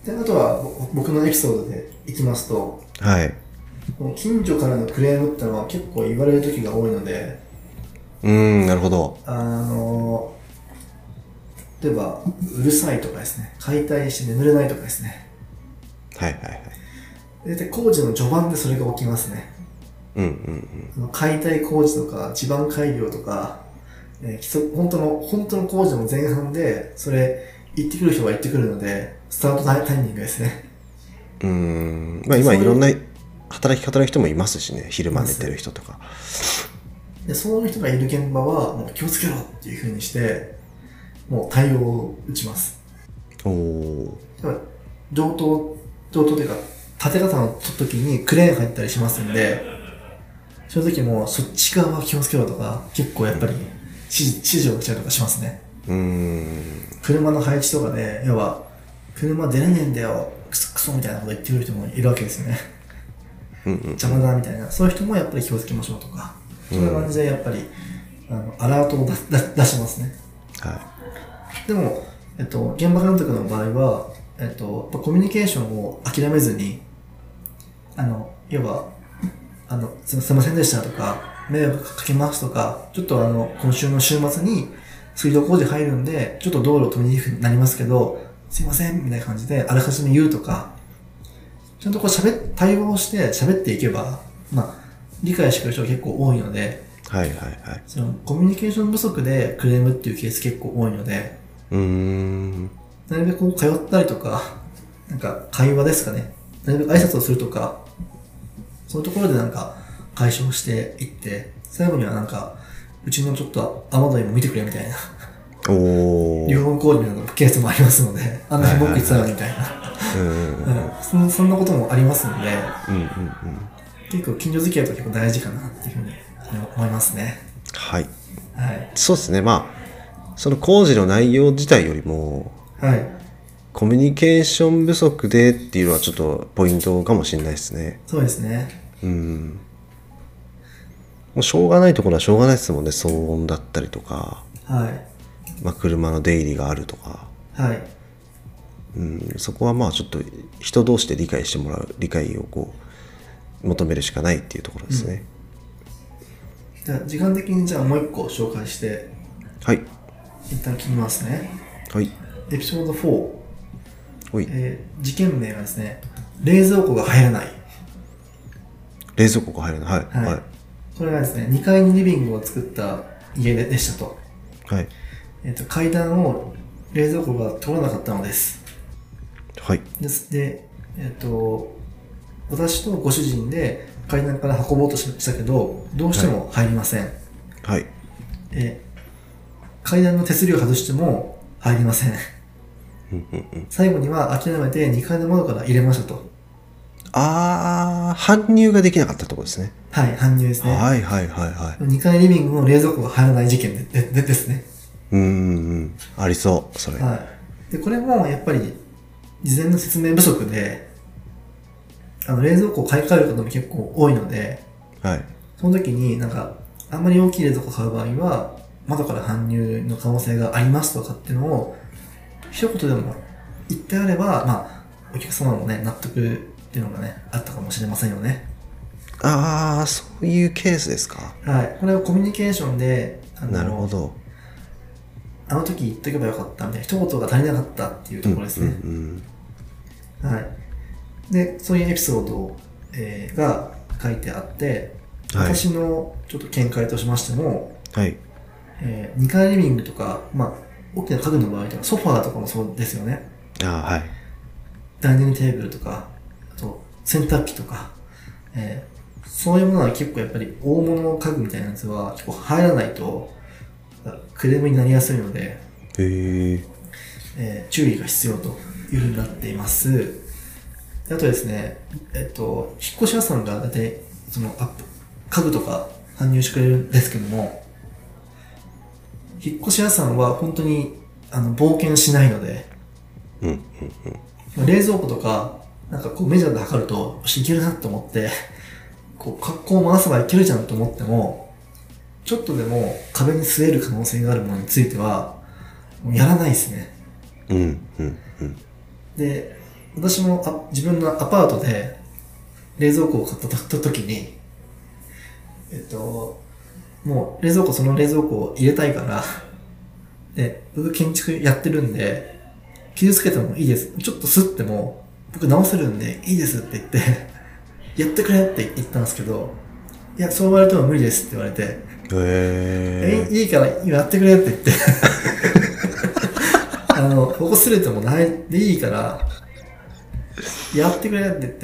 で、あとは僕のエピソードでいきますと、 はい。 この近所からのクレームってのは結構言われる時が多いので、 なるほど。 例えば、うるさいとかですね、解体して眠れないとかですね。 はいはいはい。 大体工事の序盤でそれが起きますね。解体工事とか地盤改良とか、本当の工事の前半でそれ言ってくる人が言ってくるので、スタートタイミングですね。 まあ今いろんな働き方の人もいますしね、昼間寝てる人とか。 で、そういう人がいる現場はもう気をつけろっていう風にして、もう対応を打ちます。上等というか、建て方の時にクレーン入ったりしますんで、その時もそっち側は気をつけろとか、結構やっぱり指示をしたりとかしますね。車の配置とかで、要は、車出れねえんだよ、クソみたいなこと言ってくる人もいるわけですよね。邪魔だみたいな。そういう人もやっぱり気をつけましょうとか、そういう感じでやっぱり、アラートを出しますね。 はい。 でも、現場監督の場合は、コミュニケーションを諦めずに、要は、すいませんでしたとか、迷惑かけますとか、ちょっと今週の週末に水道工事入るんで、ちょっと道路を止めにくくなりますけど、すいません、みたいな感じで、あらかじめ言うとか、ちゃんとこう対応して喋っていけば、まあ、理解してくれる人が結構多いので、 はいはいはい。 そのコミュニケーション不足でクレームっていうケース結構多いので、なるべくこう通ったりとか、なんか会話ですかね。なるべく挨拶をするとか、そういうところでなんか解消していって、最後にはなんか、うちのちょっと雨どいも見てくれみたいな。リフォーム工事みたいなケースもありますので、あんなに僕言ってたのみたいな。そんなこともありますので、結構近所付き合いと結構大事かなっていうふうに思いますね。 はい。 はい。 そうですね。まあ、その工事の内容自体よりも、 はい。 コミュニケーション不足でっていうのはちょっとポイントかもしれないですね。 そうですね。 もうしょうがないところはしょうがないですもんね。騒音だったりとか、 はい。 まあ車の出入りがあるとか。 はい。 そこはまあちょっと人同士で理解をこう求めるしかないっていうところですね。 じゃあ時間的にじゃあもう一個紹介して、 はい。 一旦切りますね。 はい。 エピソード4。 はい。 事件名がですね、冷蔵庫が入らない。 冷蔵庫が入るの。はい。 はい。これがですね、2階にリビングを作った家でしたと。 はい。 階段を冷蔵庫が通らなかったのです。 はい。 で、私とご主人で階段から運ぼうとしたけど、どうしても入りません。 はい。 階段の手すりを外しても入りません。最後には諦めて2階の窓から入れましたと。 搬入ができなかったところですね。 はい、搬入ですね。 はい。 2階リビングの冷蔵庫が入らない事件ですね。 ありそう、それ。 はい。で、これもやっぱり事前の説明不足で、冷蔵庫を買い替える方も結構多いので、 はい。 その時になんか、あんまり大きい冷蔵庫を買う場合は、窓から搬入の可能性がありますとかっていうのを、一言でも言ってあれば、まあ、お客様もね、納得っていうのがね、あったかもしれませんよね。 そういうケースですか。 はい。これはコミュニケーションで、 なるほど。 あの時言っとけばよかったみたいな、一言が足りなかったっていうところですね。はい。で、そういうエピソード、が書いてあって、私のちょっと見解としましても、 はい。 2階リビングとか、まあ、大きな家具の場合とか、ソファーとかもそうですよね。 はい。 ダイニングテーブルとか、あと、洗濯機とか、そういうものは結構やっぱり大物家具みたいなやつは結構入らないと、クレームになりやすいので、注意が必要というふうになっています。あとですね、引っ越し屋さんが大体、家具とか搬入してくれるんですけども、引っ越し屋さんは本当に冒険しないので、冷蔵庫とか、なんかこうメジャーで測ると、よし、いけるなと思って、こう、格好を回せばいけるじゃんと思っても、ちょっとでも壁に据える可能性があるものについては、もうやらないですね。で、 私も自分のアパートで冷蔵庫を買った時に、もうその冷蔵庫を入れたいから、で、僕建築やってるんで、傷つけてもいいです。ちょっと擦っても、僕直せるんでいいですって言って、やってくれって言ったんですけど、いや、そう言われても無理ですって言われて、いいから今やってくれって言って、ここ擦れてもないでいいから、やってくれって言って、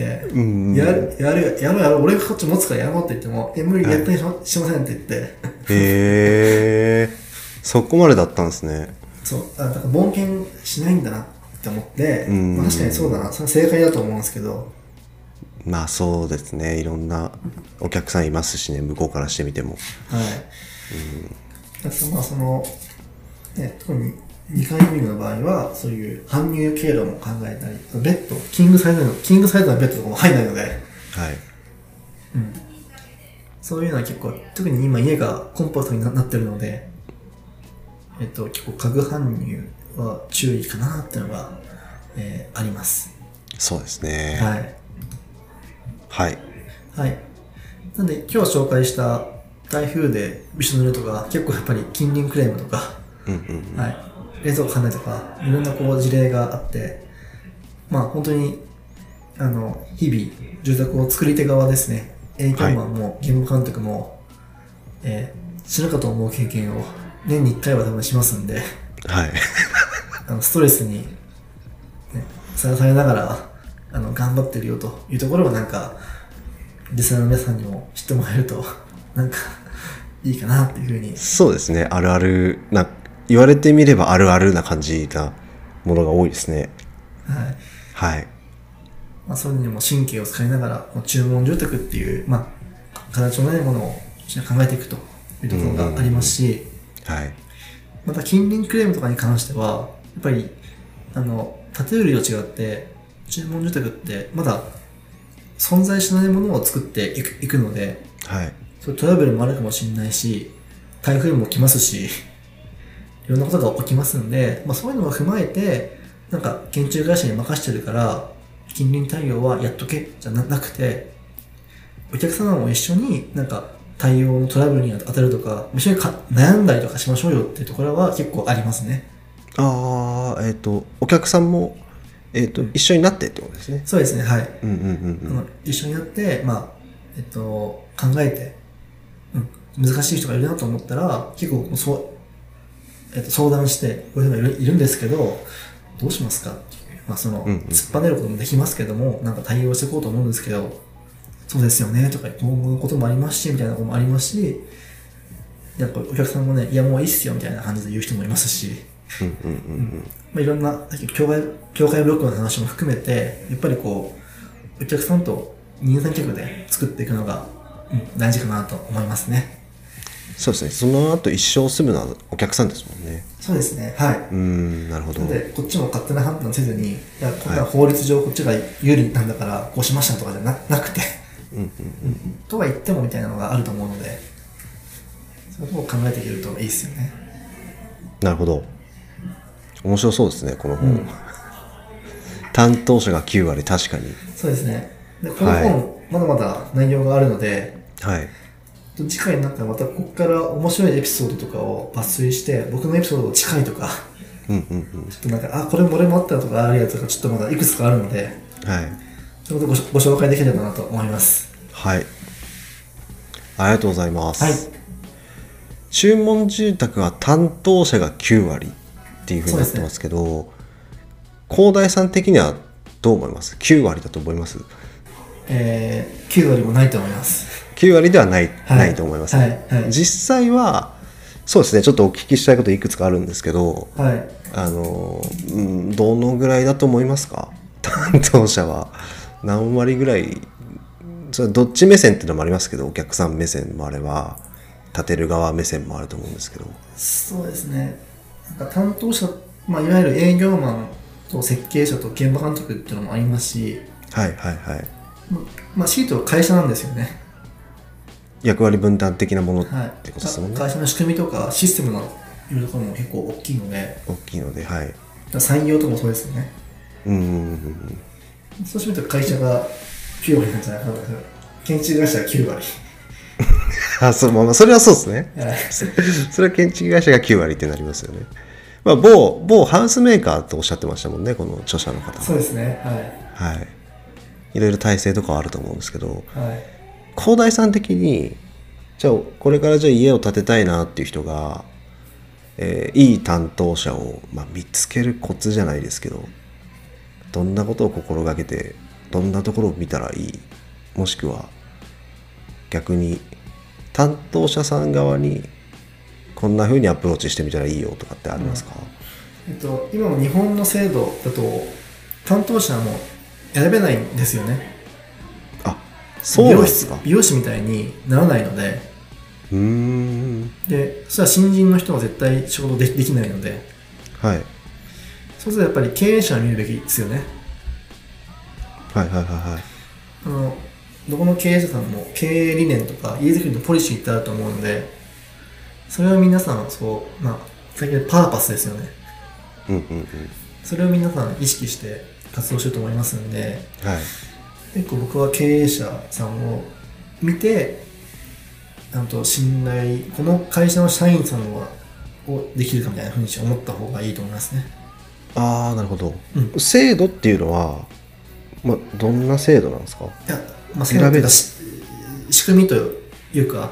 やる、俺がこっち持つからやろうって言っても、無理やったりしませんって言って。 そこまでだったんですね。 そう、だから冒険しないんだなって思って、確かにそうだな、それ正解だと思うんですけど。 まあそうですね、いろんなお客さんいますしね、向こうからしてみても。 はい。まあ特に2階リビングの場合は、そういう搬入経路も考えたり、ベッド、キングサイズのベッドとかも入らないので、はい。そういうのは結構、特に今家がコンパクトになってるので、結構家具搬入は注意かなっていうのが、あります。 そうですね。 はい。はい。はい。なんで今日紹介した台風でびしょ濡れとか、結構やっぱり近隣クレームとか、はい。冷蔵庫買わないとか、いろんな事例があって、まあ本当に、日々、住宅を作り手側ですね、営業マンも現場監督も、死ぬかと思う経験を年に1回は多分しますんで、はい。ストレスに、さらされながら、頑張ってるよというところをなんか、リスナーの皆さんにも知ってもらえると、なんか、いいかなっていうふうに。 そうですね、あるある言われてみればあるあるな感じなものが多いですね。はい。はい。 まあ、そういうのにも神経を使いながら、注文住宅っていう、まあ、形のないものを考えていくというところがありますし、はい。また近隣クレームとかに関しては、やっぱり、建て売りと違って、注文住宅ってまだ存在しないものを作っていくので、はい。そういうトラブルもあるかもしれないし、台風も来ますし、いろんなことが起きますんで、まあそういうのを踏まえて、なんか建築会社に任してるから、近隣対応はやっとけじゃなくて、お客様も一緒になんか対応のトラブルに当たるとか、一緒に悩んだりとかしましょうよっていうところは結構ありますね。 お客さんも、一緒になってってことですね。 そうですね、はい。一緒になって、まあ、考えて、難しい人がいるなと思ったら、結構相談して、こういう人がいるんですけど、どうしますかっていう。まあ突っぱねることもできますけども、なんか対応していこうと思うんですけど、そうですよね、とか、こういうこともありますし、みたいなこともありますし、やっぱお客さんもね、いやもういいっすよ、みたいな感じで言う人もいますし、いろんな、境界ブロックの話も含めて、やっぱりお客さんと二人三脚で作っていくのが、大事かなと思いますね。 そうですね。その後一生住むのはお客さんですもんね。 そうですね。はい。 なるほど。 なので、こっちも勝手な判断せずに、いや、こんな法律上こっちが有利なんだから、こうしましたとかじゃなくて、とは言ってもみたいなのがあると思うので、そういうことを考えていけるといいですよね。 なるほど。面白そうですね、この本。担当者が9割、確かに。 そうですね。で、この本、まだまだ内容があるので、はい。次回になったらまたここから面白いエピソードとかを抜粋して、僕のエピソードと近いとか、ちょっとなんか、これもあったとかあるやつがちょっとまだいくつかあるので、はい。そういうことをご紹介できればなと思います。はい。 ありがとうございます。はい。注文住宅は担当者が9割っていうふうになってますけど、広大さん的にはどう思います？ 9 割だと思います？ 9割もないと思います。 9割ではないと思いますね。はいはい、実際はそうですね、ちょっとお聞きしたいこといくつかあるんですけど、はい、どのぐらいだと思いますか？担当者は何割ぐらい？それどっち目線っていうのもありますけど、お客さん目線もあれば建てる側目線もあると思うんですけど。 そうですね、なんか担当者、いわゆる営業マンと設計者と現場監督っていうのもありますし、はいはいはい、シートは会社なんですよね。 役割分担的なものってことですもんね。 会社の仕組みとかシステムのいうところも結構大きいので、 はい。 採用とかもそうですよね。 そうしると会社が9割なんじゃないかな。建築会社が9割。 あ、そう、まあ、それはそうですね。 はい、 それは建築会社が9割ってなりますよね。まあ、某ハウスメーカーとおっしゃってましたもんね、この著者の方は。 そうですね。はい。 はい。いろいろ体制とかはあると思うんですけど、 はい。 広大さん的に、じゃあこれからじゃあ家を建てたいなっていう人が、いい担当者を、まあ、見つけるコツじゃないですけど、どんなことを心がけて、どんなところを見たらいい、もしくは逆に担当者さん側にこんな風にアプローチしてみたらいいよとかってありますか？ 今の日本の制度だと担当者も選べないんですよね。 あ、そうなんですか。 美容師みたいにならないので、でそれは新人の人は絶対仕事できないので、 はい、 そうするとやっぱり経営者を見るべきですよね。 はいはいはいはい。 どこの経営者さんも経営理念とか家づくりのポリシーってあると思うので、それは皆さん最近パーパスですよね。それを皆さん意識して活動してると思いますんで、 はい、 結構僕は経営者さんを見て、信頼、この会社の社員さんをできるかみたいなふうに思った方がいいと思いますね。 ああ、なるほど、制度っていうのは、まあ、どんな制度なんですか？いや、まあ、制度というか仕組みというか、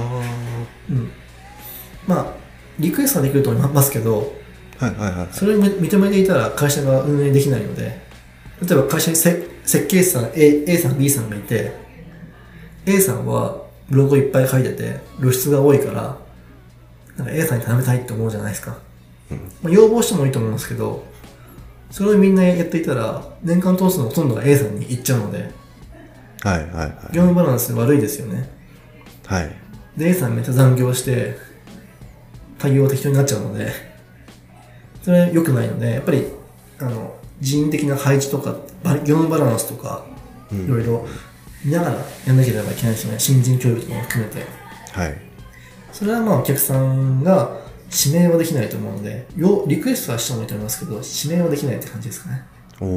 まあリクエストはできると思いますけど、それを認めていたら会社が運営できないので、例えば会社に設計士さん A さん B さんがいて、 A さんはブログをいっぱい書いてて露出が多いからなんか A さんに頼みたいって思うじゃないですか、まあ、要望してもいいと思うんですけど、それをみんなやっていたら年間通すのほとんどが A さんに行っちゃうので、業務バランス悪いですよね。で A さんめっちゃ残業して対応適当になっちゃうので、それは良くないので、やっぱり人員的な配置とか業務バランスとかいろいろ見ながらやんなければいけないですよね。新人教育とかも含めて。それはまあお客さんが指名はできないと思うので、リクエストはしてもいいと思いますけど、指名はできないって感じですかね。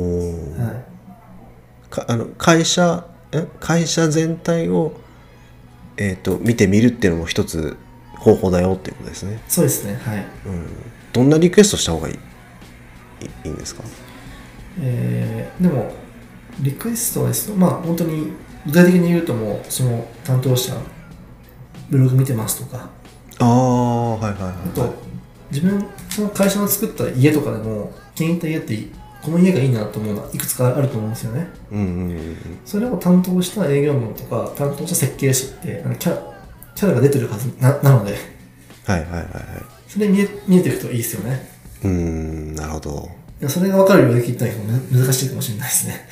会社全体を、見てみるっていうのも一つ方法だよっていうことですね。 そうですね。はい。 どんなリクエストした方がいいんですか？ でもリクエストですと、まあ本当に具体的に言うと、もうその担当者ブログ見てますとか、あと自分その会社の作った家とかでも気に入った家ってこの家がいいなと思うのはいくつかあると思うんですよね。それを担当した営業マンとか担当した設計士ってキャラが出てるはず なので、それ見えてるといいですよね。 なるほど。 それが分かる領域って難しいかもしれないですね。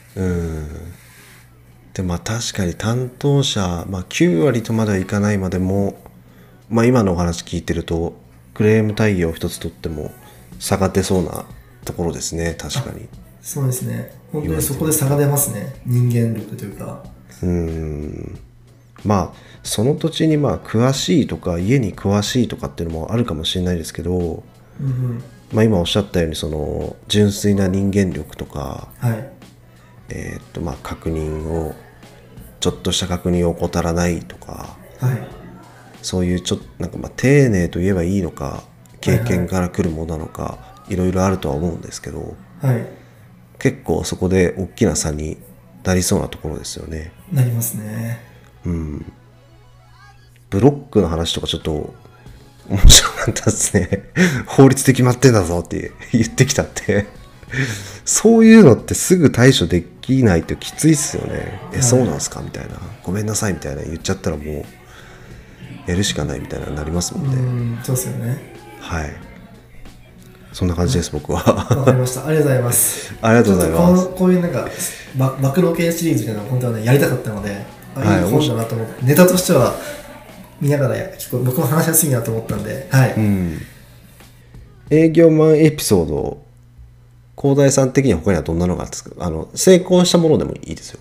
でまあ確かに担当者、まあ、9割とまではいかないまでも、まあ、今のお話聞いてるとクレーム対応一つとっても差が出そうなところですね。確かにそうですね。本当にそこで差が出ますね。人間力というか。 まあその土地にまあ詳しいとか家に詳しいとかっていうのもあるかもしれないですけど、まあ、今おっしゃったようにその純粋な人間力とか、まあ確認をちょっとした確認を怠らないとか、そういうなんかまあ丁寧と言えばいいのか経験から来るものなのか、いろいろあるとは思うんですけど、結構そこで大きな差になりそうなところですよね。 なりますね。 ブロックの話とかちょっと面白かったですね。法律で決まってんだぞって言ってきたってそういうのってすぐ対処できないときついっすよね。そうなんすかみたいな、ごめんなさいみたいな言っちゃったらもうやるしかないみたいななりますもんね。そうですよね。 そんな感じです、僕は。 わかりました。ありがとうございます。 ありがとうございます。 こういうなんか暴露系シリーズみたいなの本当はねやりたかったので、いい本だなと思って、ネタとしては見ながら結構僕も話しやすいなと思ったんで、 営業マンエピソード、広大さん的には他にはどんなのがあるんですか？成功したものでもいいですよ。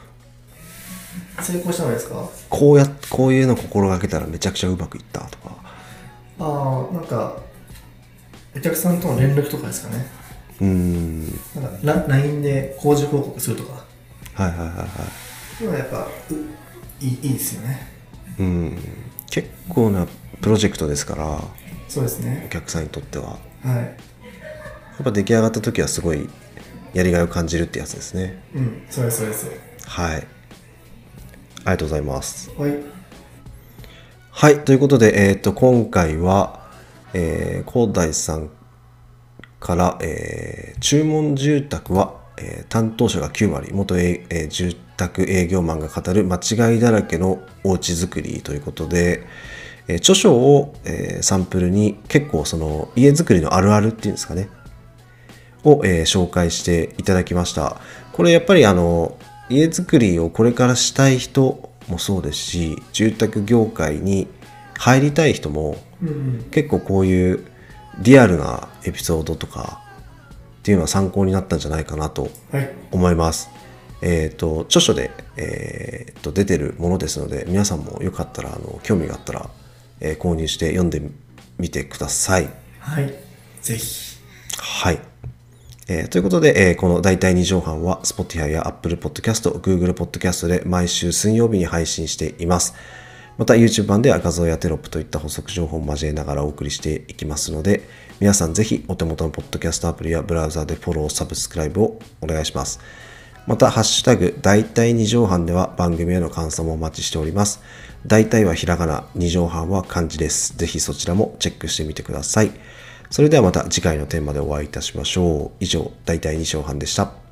成功したのですか？ こういうの心がけたらめちゃくちゃうまくいったとか。 なんかお客さんとの連絡とかですかね。 なんか LINE で工事報告するとか。 はいはいはいはい。 そういうのはやっぱいいですよね。 結構なプロジェクトですから。 そうですね。 お客さんにとっては。 はい。 やっぱ出来上がった時はすごいやりがいを感じるってやつですね。 そうですそうです。 はい。ありがとうございます。 はい。 はい、ということで、今回は、広大さんから、注文住宅は、担当者が9割、元、住宅営業マンが語る間違いだらけのおうち作りということで、著書を、サンプルに結構その家作りのあるあるっていうんですかね、を、紹介していただきました。これやっぱり家作りをこれからしたい人もそうですし、住宅業界に入りたい人も、結構こういうリアルなエピソードとかっていうのは参考になったんじゃないかなと思います。著書で、出てるものですので、皆さんもよかったら興味があったら、購入して読んでみてください。 はい、ぜひ。 はい。ということで、この大体2畳半は Spotify や Apple Podcast、Google Podcast で毎週水曜日に配信しています。また YouTube 版では画像やテロップといった補足情報を交えながらお送りしていきますので、皆さんぜひお手元のポッドキャストアプリやブラウザでフォロー、サブスクライブをお願いします。また、ハッシュタグ大体2畳半では番組への感想もお待ちしております。大体はひらがな、2畳半は漢字です。ぜひそちらもチェックしてみてください。それではまた次回のテーマでお会いいたしましょう。以上、大体2畳半でした。